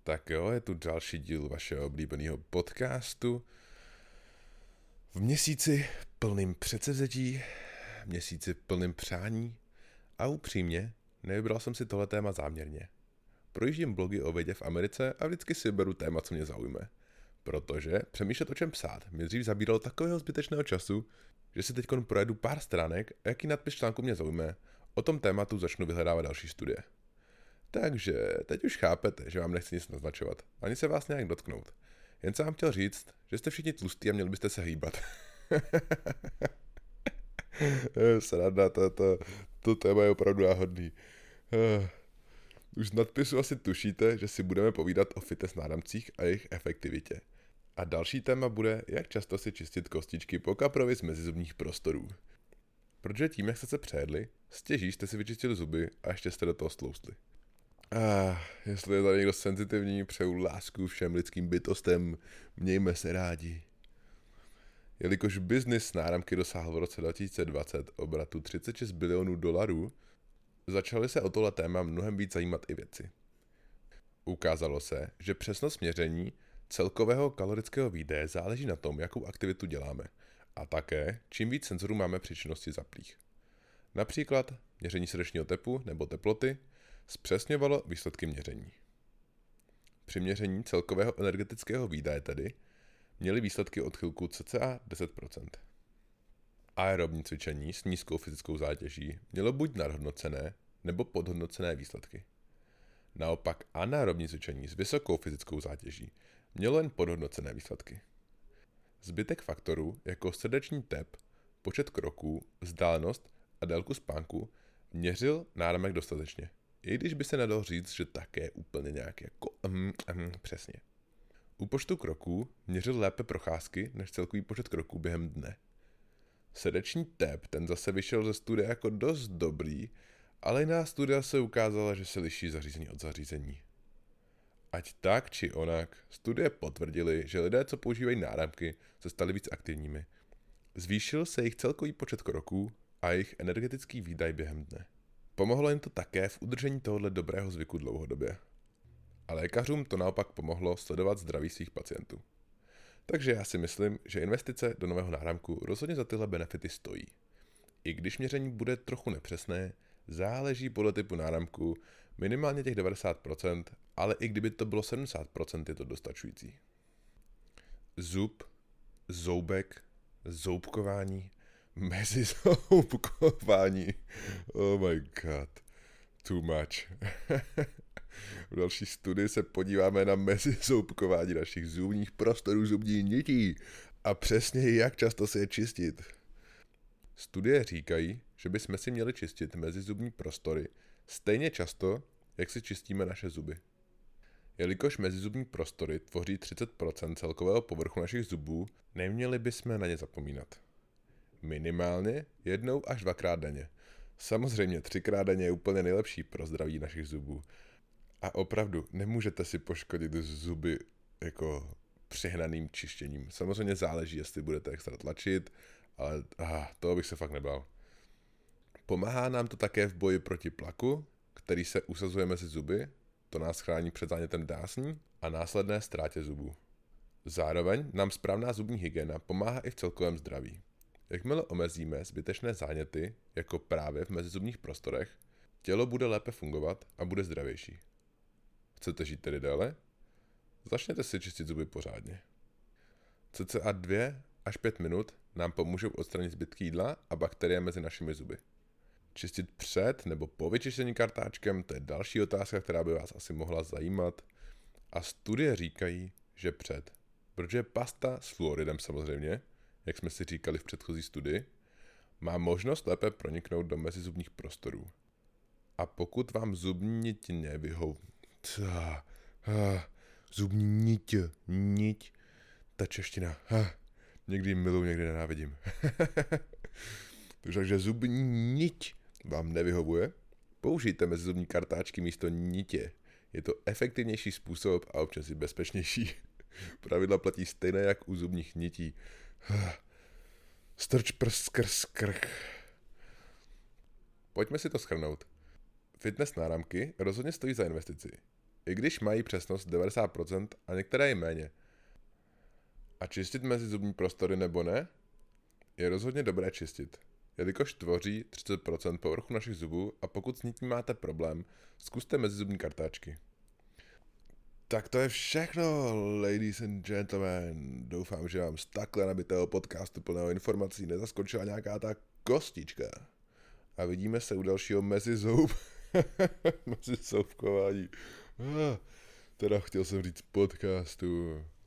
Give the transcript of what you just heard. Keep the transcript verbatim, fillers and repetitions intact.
Tak jo, je tu další díl vašeho oblíbeného podcastu. V měsíci plným předsevzetí, měsíci plným přání a upřímně nevybral jsem si tohle téma záměrně. Projíždím blogy o vědě v Americe a vždycky si beru téma, co mě zaujme. Protože přemýšlet o čem psát mě dřív zabíralo takového zbytečného času, že si teďkon projedu pár stránek a jaký nadpis článku mě zaujme, o tom tématu začnu vyhledávat další studie. Takže teď už chápete, že vám nechci nic naznačovat, ani se vás nějak dotknout. Jen jsem vám chtěl říct, že jste všichni tlustí a měli byste se hýbat. Sranda, to, to, to téma je opravdu náhodný. Už z nadpisu asi tušíte, že si budeme povídat o fitness náramcích a jejich efektivitě. A další téma bude, jak často si čistit kostičky po kaprovi z mezizubních prostorů. Protože tím, jak jste se přejedli, stěží jste si vyčistili zuby a ještě jste do toho stloustli. Ah, jestli je tady někdo senzitivní, přeju lásku všem lidským bytostem, mějme se rádi. Jelikož biznis s náramky dosáhl v roce dva tisíce dvacet obratu třicet šest bilionů dolarů, začaly se o tohle téma mnohem víc zajímat i vědci. Ukázalo se, že přesnost měření celkového kalorického výdeje záleží na tom, jakou aktivitu děláme, a také, čím víc senzorů máme při činnosti zaplých. Například měření srdečního tepu nebo teploty zpřesňovalo výsledky měření. Při měření celkového energetického výdaje tedy měly výsledky odchylku cca deset procent. Aerobní cvičení s nízkou fyzickou zátěží mělo buď nadhodnocené nebo podhodnocené výsledky. Naopak anaerobní cvičení s vysokou fyzickou zátěží mělo jen podhodnocené výsledky. Zbytek faktorů jako srdeční tep, počet kroků, vzdálenost a délku spánku měřil náramek dostatečně. I když by se nedalo říct, že také úplně nějak jako um, um, přesně. U počtu kroků měřil lépe procházky než celkový počet kroků během dne. Srdeční tep ten zase vyšel ze studie jako dost dobrý, ale jiná studia se ukázala, že se liší zařízení od zařízení. Ať tak či onak, studie potvrdily, že lidé, co používají náramky, se stali víc aktivními. Zvýšil se jejich celkový počet kroků a jejich energetický výdaj během dne. Pomohlo jim to také v udržení tohoto dobrého zvyku dlouhodobě. A lékařům to naopak pomohlo sledovat zdraví svých pacientů. Takže já si myslím, že investice do nového náramku rozhodně za tyhle benefity stojí. I když měření bude trochu nepřesné, záleží podle typu náramku minimálně těch devadesát procent, ale i kdyby to bylo sedmdesát procent, je to dostačující. Zub, zoubek, zoubkování, mezizoubkování. Oh my god, too much. V další studii se podíváme na mezizoubkování našich zubních prostorů zubní nití a přesně jak často se je čistit. Studie říkají, že bychom si měli čistit mezizubní prostory stejně často, jak si čistíme naše zuby. Jelikož mezizubní prostory tvoří třicet procent celkového povrchu našich zubů, neměli bychom na ně zapomínat. Minimálně jednou až dvakrát denně. Samozřejmě třikrát denně je úplně nejlepší pro zdraví našich zubů. A opravdu nemůžete si poškodit zuby jako přehnaným čištěním. Samozřejmě záleží, jestli budete extra tlačit, ale ah, toho bych se fakt nebál. Pomáhá nám to také v boji proti plaku, který se usazuje mezi zuby, to nás chrání před zánětem dásní a následné ztrátě zubů. Zároveň nám správná zubní hygiena pomáhá i v celkovém zdraví. Jakmile omezíme zbytečné záněty, jako právě v mezizubních prostorech, tělo bude lépe fungovat a bude zdravější. Chcete žít tedy déle? Začněte si čistit zuby pořádně. cca dvě až pět minut nám pomůžou odstranit zbytky jídla a bakterie mezi našimi zuby. Čistit před nebo po vyčištění kartáčkem, to je další otázka, která by vás asi mohla zajímat. A studie říkají, že před. Protože pasta s fluoridem samozřejmě, jak jsme si říkali v předchozí studii, má možnost lépe proniknout do mezizubních prostorů. A pokud vám zubní niti nevyhovují, zubní niť, niť, ta čeština, ha, někdy miluji, někdy nenávidím. Takže zubní niť vám nevyhovuje, použijte mezizubní kartáčky místo nitě. Je to efektivnější způsob a občas i bezpečnější. Pravidla platí stejné jak u zubních nití. Strč prst skrz krk. Pojďme si to shrnout. Fitness náramky rozhodně stojí za investici. i když mají přesnost devadesát procent a některé i méně. A čistit mezizubní prostory nebo ne? Je rozhodně dobré čistit, jelikož tvoří třicet procent povrchu našich zubů a pokud s nimi máte problém, zkuste mezizubní kartáčky. Tak to je všechno, ladies and gentlemen. Doufám, že vám z takhle nabitého podcastu plného informací nezaskočila nějaká ta kostička. A vidíme se u dalšího mezizoub. Mezizoubkování. Ah, teda chtěl jsem říct podcastu.